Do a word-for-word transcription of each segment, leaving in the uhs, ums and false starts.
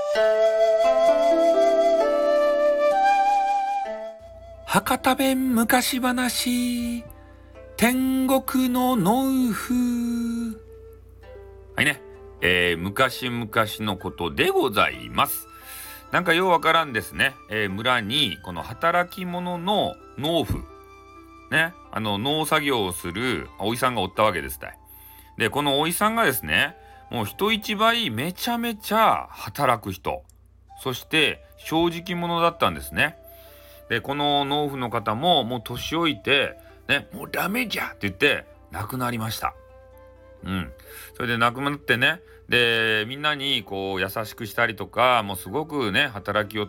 博多弁昔話、天国の農夫。はいね、えー、昔々のことでございます。なんかようわからんですね、えー、村にこの働き者の農夫ね、あの農作業をするおいさんがおったわけですたい。でこのおいさんがですね、もう人一倍めちゃめちゃ働く人、そして正直者だったんですね。でこの農夫の方ももう年老いてね、もうダメじゃって言って亡くなりました。うん、それで亡くなってね、でみんなにこう優しくしたりとか、もうすごくね働きよって、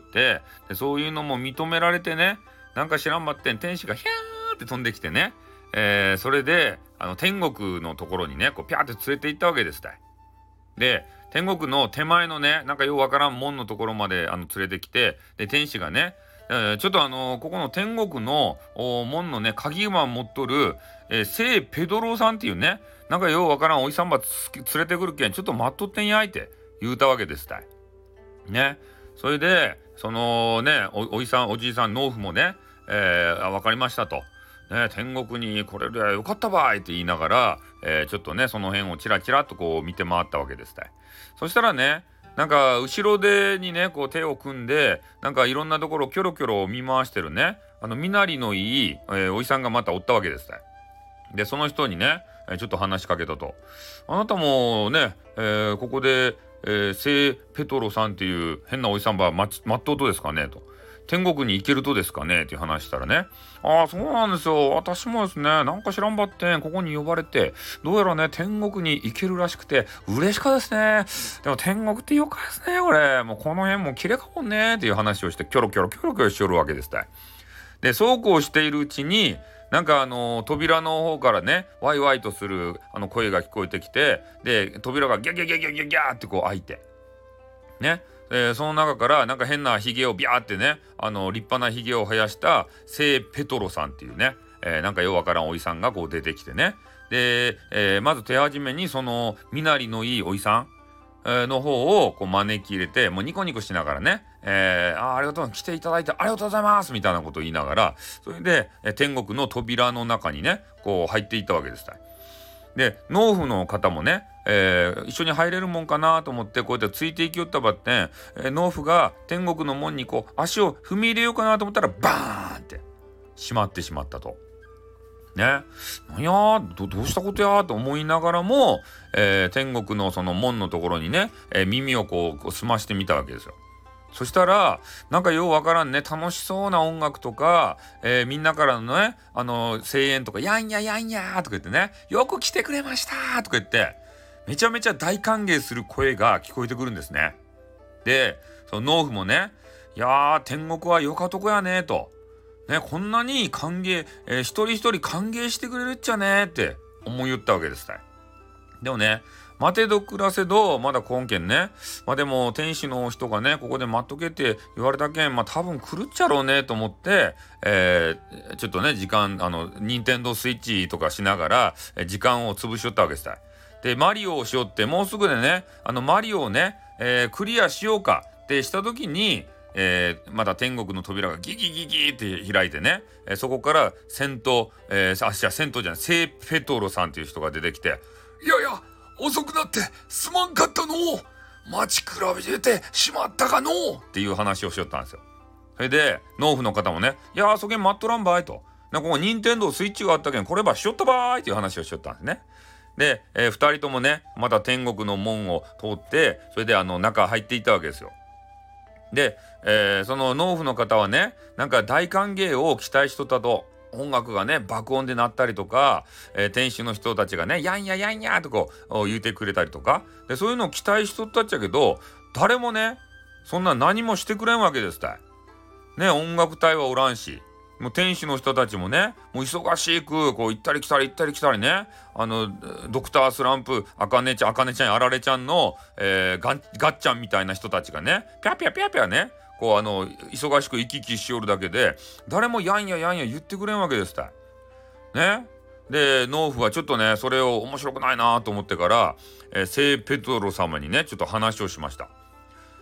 でそういうのも認められてね、なんか知らんばってん天使がヒャーって飛んできてね、えー、それであの天国のところにねこうピャーって連れて行ったわけですたい。で天国の手前のね、なんかようわからん門のところまであの連れてきて、で天使がね、えー、ちょっとあのー、ここの天国の門のね鍵馬持っとる、えー、聖ペドロさんっていうね、なんかようわからんおいさんば連れてくるけんちょっと待っとってんやいって言うたわけですたいね。それでそのね お, おいさんおじいさん農夫もね、えー、分かりましたと、ね、天国に来れるやよかったばいって言いながら、えー、ちょっとねその辺をチラチラっとこう見て回ったわけですたい。そしたらね、なんか後ろ手にねこう手を組んで、なんかいろんなところキョロキョロ見回してるね、あの身なりのいい、えー、おいさんがまたおったわけですたい。でその人にね、えー、ちょっと話しかけたと。あなたもね、えー、ここで、えー、聖ペトロさんっていう変なおいさんば待っとうとですかねと。天国に行けるとですかねっていう話したらね、ああそうなんですよ、私もですねなんか知らんばってんここに呼ばれて、どうやらね天国に行けるらしくて嬉しかですね。でも天国ってよかですね、これもうこの辺も綺麗かもねっていう話をして、キョロキョロキョロキョロしよるわけですたい。でそうこうしているうちに、なんかあの扉の方からねワイワイとするあの声が聞こえてきて、で扉がギャギャギャギャギャギャってこう開いてね、えー、その中からなんか変なヒゲをビャーってね、あの立派なヒゲを生やした聖ペトロさんっていうね、えー、なんかようわからんおいさんがこう出てきてね、で、えー、まず手始めにその身なりのいいおいさん、えー、の方をこう招き入れて、もうニコニコしながらね、えー、あ, ありがとう来ていただいてありがとうございますみたいなことを言いながら、それで、えー、天国の扉の中にねこう入っていったわけです。で農夫の方もね、えー、一緒に入れるもんかなと思ってこうやってついていきよったばってん、えー、農夫が天国の門にこう足を踏み入れようかなと思ったらバーンって閉まってしまったと。ね、なんや ど, どうしたことやと思いながらも、えー、天国のその門のところにね、えー、耳をこう、こう澄ましてみたわけですよ。そしたらなんかようわからんね楽しそうな音楽とか、えー、みんなからのねあの声援とかやんややんやとか言ってね、よく来てくれましたとか言ってめちゃめちゃ大歓迎する声が聞こえてくるんですね。でその農夫もね、いやー天国はよかとこやねとね、こんなに歓迎、えー、一人一人歓迎してくれるっちゃねって思い言ったわけですたい。でもね待てど暮らせどまだ今件ね、まあでも天使の人がねここで待っとけって言われたけん、まあ多分来るっちゃろうねと思って、えー、ちょっとね時間あの任天堂スイッチとかしながら、えー、時間を潰しよったわけですたい。でマリオをしよってもうすぐでねあのマリオをね、えー、クリアしようかってした時に、えー、また天国の扉がギギギギって開いてね、えー、そこから戦闘、えー、あじゃあ戦闘じゃない聖ペトロさんっていう人が出てきて、いやいや遅くなってすまんかったの待ち比べてしまったかのっていう話をしよったんですよ。それで農夫の方もね、いやーそげん待っとらんばいと、なんかここ任天堂スイッチがあったけんこればしよったばーいっていう話をしよったんですね。で、えー、ふたりともねまた天国の門を通ってそれであの中入っていったわけですよ。で、えー、その農夫の方はねなんか大歓迎を期待しとったと。音楽がね爆音で鳴ったりとか、えー、店主の人たちがねやんややんやとこう言うてくれたりとかで、そういうのを期待しとったっちゃけど誰もねそんな何もしてくれんわけですたいね。音楽隊はおらんし、もう店主の人たちもねもう忙しくこう行ったり来たり行ったり来たりね、あのドクタースランプあかねちゃんあかねちゃんあられちゃんの、えー、ガッガッチャンみたいな人たちがねピャピャピャピャねこうあの忙しく行き来しよるだけで誰もやんややんや言ってくれんわけですたいね。で農夫はちょっとねそれを面白くないなと思ってから、えー、聖ペトロ様にねちょっと話をしました。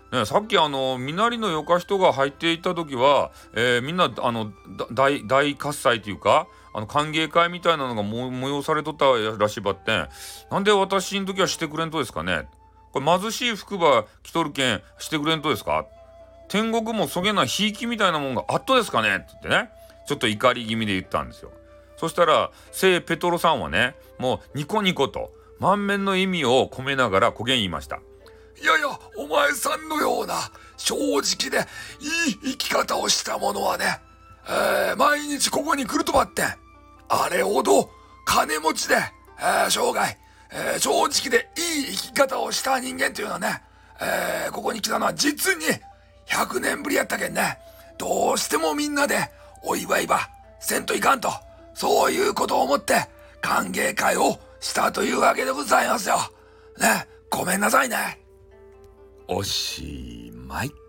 ね、さっきあのみなりのよか人が入っていった時は、えーみんなあのだ大大喝采というか、あの歓迎会みたいなのがも催されとったらしばって、なんで私の時はしてくれんとですかね。これ貧しい服ば着とるけんしてくれんとですか。天国もそげなひいきみたいなもんがあっとですかねって言ってね、ちょっと怒り気味で言ったんですよ。そしたら聖ペトロさんはね、もうニコニコと満面の意味を込めながらこげん言いました。 いやいや、お前さんのような正直でいい生き方をした者はね、えー毎日ここに来るとばって、あれほど金持ちで、えー生涯、えー正直でいい生き方をした人間というのはね、えーここに来たのは実にひゃくねんぶりやったけんね、どうしてもみんなでお祝いばせんといかんと、そういうことを思って歓迎会をしたというわけでございますよ。ね、ごめんなさいね。 おしまい。